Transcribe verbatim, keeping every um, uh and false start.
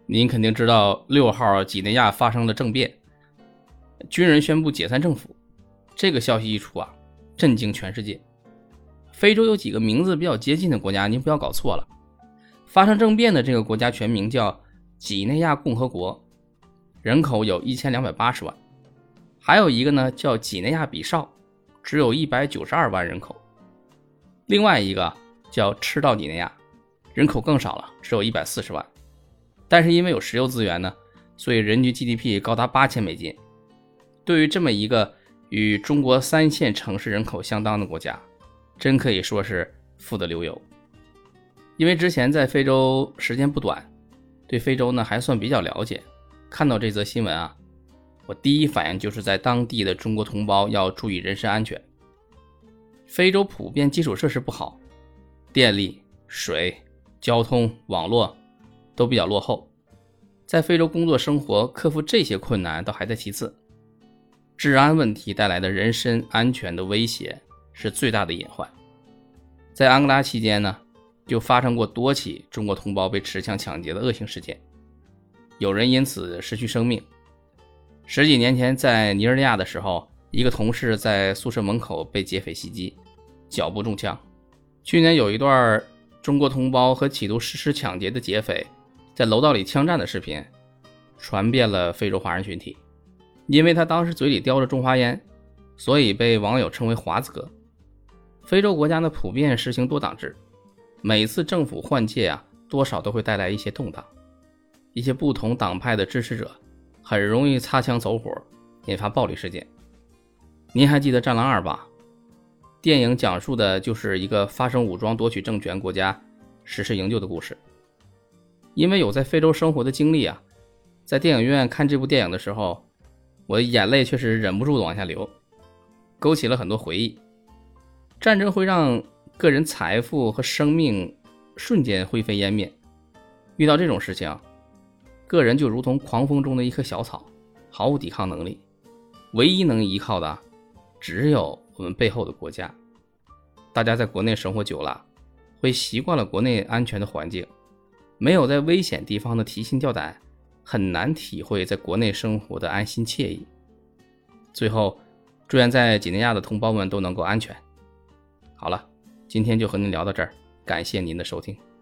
您肯定知道六号几内亚发生了政变，军人宣布解散政府。这个消息一出啊，震惊全世界。非洲有几个名字比较接近的国家，您不要搞错了。发生政变的这个国家全名叫几内亚共和国，人口有一千两百八十万。还有一个呢叫几内亚比绍，只有一百九十二万人口。另外一个叫赤道几内亚，人口更少了，只有一百四十万。但是因为有石油资源呢，所以人均 G D P 高达八千美金。对于这么一个与中国三线城市人口相当的国家，真可以说是富得流油。因为之前在非洲时间不短，对非洲呢还算比较了解，看到这则新闻啊，我第一反应就是在当地的中国同胞要注意人身安全。非洲普遍基础设施不好，电力、水、交通、网络都比较落后。在非洲工作生活，克服这些困难倒还在其次，治安问题带来的人身安全的威胁是最大的隐患。在安哥拉期间呢，就发生过多起中国同胞被持枪抢劫的恶性事件，有人因此失去生命。十几年前在尼日利亚的时候，一个同事在宿舍门口被劫匪袭击，脚部中枪。去年有一段中国同胞和企图实施抢劫的劫匪在楼道里枪战的视频传遍了非洲华人群体。因为他当时嘴里叼着中华烟，所以被网友称为华子哥。非洲国家呢普遍实行多党制，每次政府换届啊，多少都会带来一些动荡，一些不同党派的支持者很容易擦枪走火，引发暴力事件。您还记得《战狼二》吧？电影讲述的就是一个发生武装夺取政权国家实施营救的故事。因为有在非洲生活的经历啊，在电影院看这部电影的时候，我的眼泪确实忍不住的往下流，勾起了很多回忆。战争会让个人财富和生命瞬间灰飞烟灭，遇到这种事情，个人就如同狂风中的一棵小草，毫无抵抗能力，唯一能依靠的只有我们背后的国家。大家在国内生活久了，会习惯了国内安全的环境，没有在危险地方的提心吊胆，很难体会在国内生活的安心惬意。最后，祝愿在几内亚的同胞们都能够安全。好了，今天就和您聊到这儿，感谢您的收听。